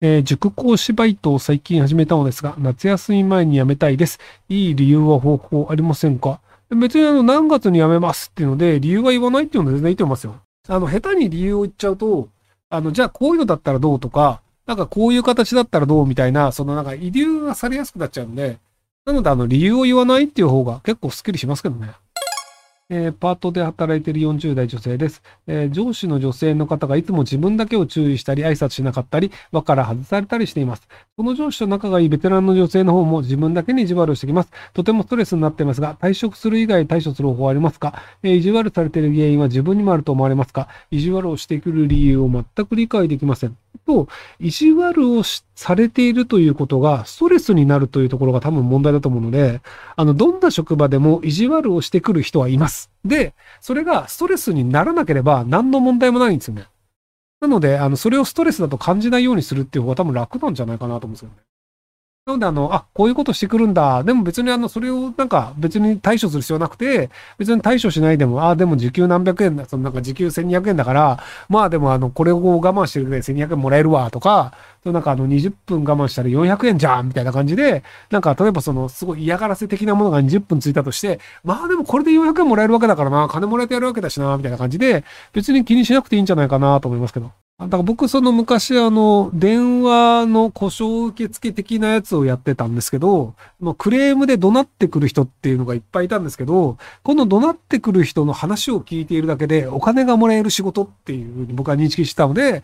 塾講師バイトを最近始めたのですが、夏休み前に辞めたいです。いい理由は方法ありませんか？別に何月に辞めますっていうので、理由は言わないっていうので全然いいと思いますよ。下手に理由を言っちゃうと、じゃあこういうのだったらどうとか、なんかこういう形だったらどうみたいな、なんか遺留がされやすくなっちゃうんで、なので理由を言わないっていう方が結構スッキリしますけどね。パートで働いている40代女性です。上司の女性の方がいつも自分だけを注意したり、挨拶しなかったり、輪から外されたりしています。この上司と仲がいいベテランの女性の方も自分だけに意地悪をしてきます。とてもストレスになっていますが、退職する以外対処する方法はありますか？意地悪されている原因は自分にもあると思われますか？意地悪をしてくる理由を全く理解できません。意地悪をされているということがストレスになるというところが多分問題だと思うので、どんな職場でも意地悪をしてくる人はいます。で、それがストレスにならなければ何の問題もないんですよね。なので、それをストレスだと感じないようにするっていう方が多分楽なんじゃないかなと思うんですよね。なので、こういうことしてくるんだ。でも別にそれをなんか別に対処する必要なくて、別に対処しないでも、でも時給何百円だ、なんか時給1200円だから、まあでもこれを我慢してるぐらい1200円もらえるわ、とか、なんか20分我慢したら400円じゃんみたいな感じで、なんか例えばすごい嫌がらせ的なものが20分ついたとして、まあでもこれで400円もらえるわけだからな、金もらえてやるわけだしな、みたいな感じで、別に気にしなくていいんじゃないかなと思いますけど。だから僕昔電話の故障受付的なやつをやってたんですけど、クレームで怒鳴ってくる人っていうのがいっぱいいたんですけど、この怒鳴ってくる人の話を聞いているだけでお金がもらえる仕事っていうふうに僕は認識したので、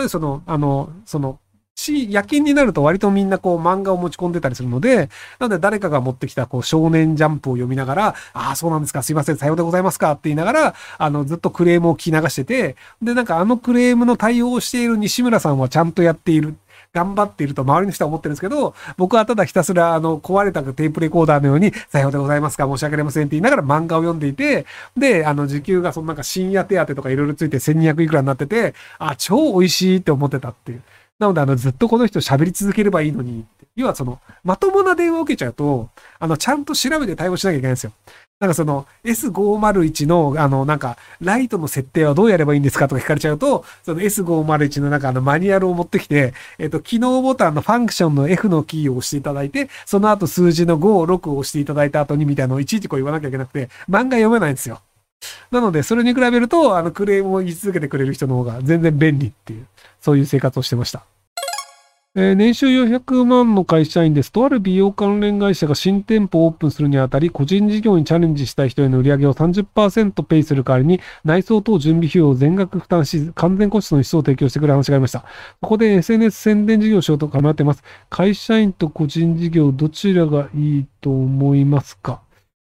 夜勤になると割とみんな漫画を持ち込んでたりするので、なので誰かが持ってきた少年ジャンプを読みながら、そうなんですか、すいません、さようでございますかって言いながら、ずっとクレームを聞き流してて、で、なんかクレームの対応をしている西村さんはちゃんとやっている。頑張っていると周りの人は思ってるんですけど、僕はただひたすら壊れたテープレコーダーのように、さようでございますか、申し訳ありませんって言いながら漫画を読んでいて、で、時給がなんか深夜手当とかいろいろついて1200いくらになってて、超美味しいって思ってたっていう。なので、ずっとこの人喋り続ければいいのに。要はまともな電話を受けちゃうと、ちゃんと調べて対応しなきゃいけないんですよ。なんかS501 の、なんか、ライトの設定はどうやればいいんですかとか聞かれちゃうと、S501 のなんかマニュアルを持ってきて、機能ボタンのファンクションの F のキーを押していただいて、その後数字の5、6を押していただいた後にみたいなのをいちいち言わなきゃいけなくて、漫画読めないんですよ。なので、それに比べると、クレームを言い続けてくれる人の方が全然便利っていう、そういう生活をしてました。年収400万の会社員です。とある美容関連会社が新店舗をオープンするにあたり、個人事業にチャレンジしたい人への売上を 30% ペイする代わりに、内装等準備費用を全額負担し、完全個室の一室を提供してくれる話がありました。ここで SNS 宣伝事業をしようと考えています。会社員と個人事業、どちらがいいと思いますか？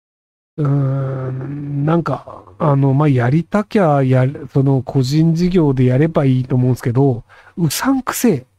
なんか、やりたきゃ個人事業でやればいいと思うんですけど、うさんくせえ。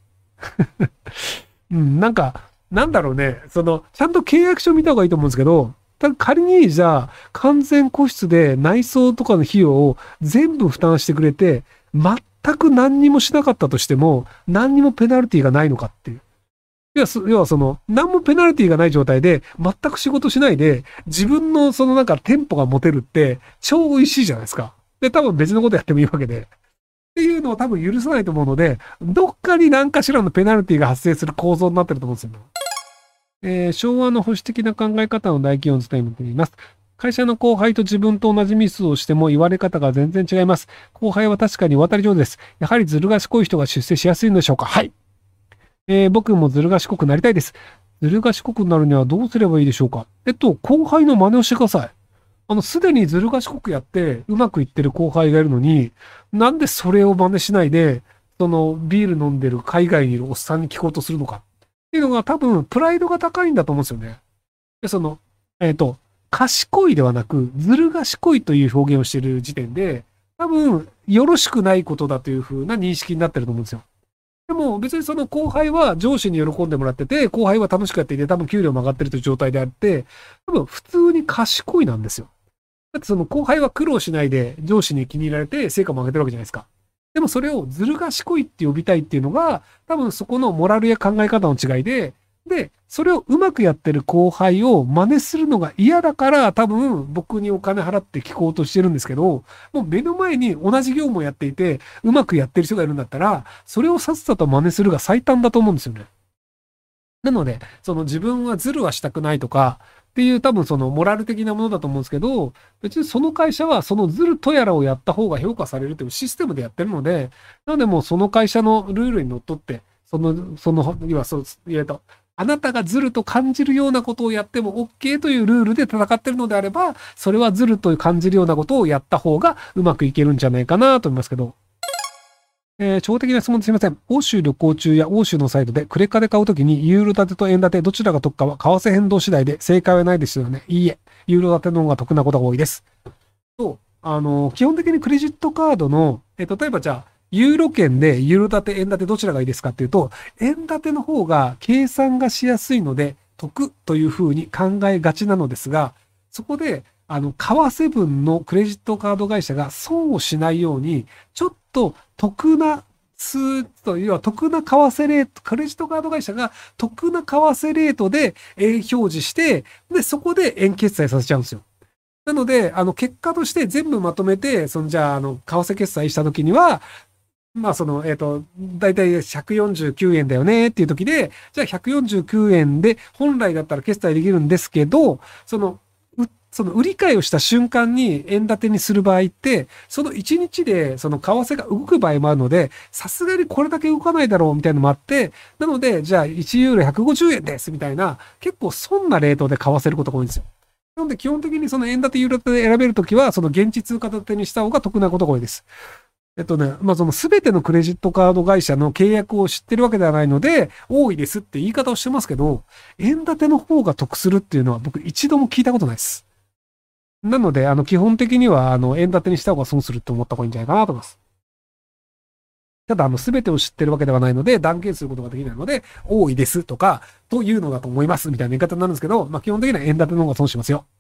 なんか、なんだろうね。ちゃんと契約書見た方がいいと思うんですけど、仮にじゃあ、完全個室で内装とかの費用を全部負担してくれて、全く何にもしなかったとしても、何にもペナルティがないのかっていう。要は何もペナルティがない状態で、全く仕事しないで、自分のなんか店舗が持てるって、超美味しいじゃないですか。で、多分別のことやってもいいわけで。っていうのを多分許さないと思うので、どっかに何かしらのペナルティが発生する構造になってると思うんですよ。昭和の保守的な考え方の大企業の伝えています。会社の後輩と自分と同じミスをしても言われ方が全然違います。後輩は確かに渡り上手です。やはりずる賢い人が出世しやすいのでしょうか？はい。僕もずる賢くなりたいです。ずる賢くなるにはどうすればいいでしょうか？後輩の真似をしてください。すでにずる賢くやってうまくいってる後輩がいるのに、なんでそれを真似しないで、ビール飲んでる海外にいるおっさんに聞こうとするのかっていうのが多分プライドが高いんだと思うんですよね。で、賢いではなく、ずる賢いという表現をしている時点で、多分よろしくないことだという風な認識になってると思うんですよ。でも別に後輩は上司に喜んでもらってて、後輩は楽しくやっていて、多分給料も上がってるという状態であって、多分普通に賢いなんですよ。だって後輩は苦労しないで上司に気に入られて成果も上げてるわけじゃないですか。でもそれをずる賢いって呼びたいっていうのが、多分そこのモラルや考え方の違いで、 で、それをうまくやってる後輩を真似するのが嫌だから、多分僕にお金払って聞こうとしてるんですけど、もう目の前に同じ業務をやっていて、うまくやってる人がいるんだったら、それをさっさと真似するが最短だと思うんですよね。なので、その自分はズルはしたくないとか、っていう多分そのモラル的なものだと思うんですけど、別にその会社はそのズルとやらをやった方が評価されるというシステムでやってるので、なのでもうその会社のルールにのっとって、要はそう、あなたがズルと感じるようなことをやっても OK というルールで戦ってるのであれば、それはズルと感じるようなことをやった方がうまくいけるんじゃないかなと思いますけど。長的な質問ですみません。欧州旅行中や欧州のサイトでクレカで買うときにユーロ建てと円建てどちらが得かは為替変動次第で正解はないですよね。いいえ。ユーロ建ての方が得なことが多いです。基本的にクレジットカードの、例えばじゃあ、ユーロ圏でユーロ建て、円建てどちらがいいですかっていうと、円建ての方が計算がしやすいので得というふうに考えがちなのですが、そこで、為替分のクレジットカード会社が損をしないように、ちょっと得な要は得な為替レート、クレジットカード会社が得な為替レートで円表示して、で、そこで円決済させちゃうんですよ。なので、結果として全部まとめて、じゃあ、為替決済した時には、まあ、だいたい149円だよねっていう時で、じゃあ149円で本来だったら決済できるんですけど、その売り買いをした瞬間に円建てにする場合って、その1日でその為替が動く場合もあるので、さすがにこれだけ動かないだろうみたいなのもあって、なので、じゃあ1ユーロ150円ですみたいな、結構損なレートで買わせることが多いんですよ。なので基本的にその円建てユーロ建てで選べるときは、その現地通貨建てにした方が得なことが多いです。まあ、その全てのクレジットカード会社の契約を知ってるわけではないので、多いですって言い方をしてますけど、円建ての方が得するっていうのは僕一度も聞いたことないです。なので、基本的には、円建てにした方が損するって思った方がいいんじゃないかなと思います。ただ、全てを知ってるわけではないので、断言することができないので、多いですとか、というのだと思いますみたいな言い方になるんですけど、まあ、基本的には円建ての方が損しますよ。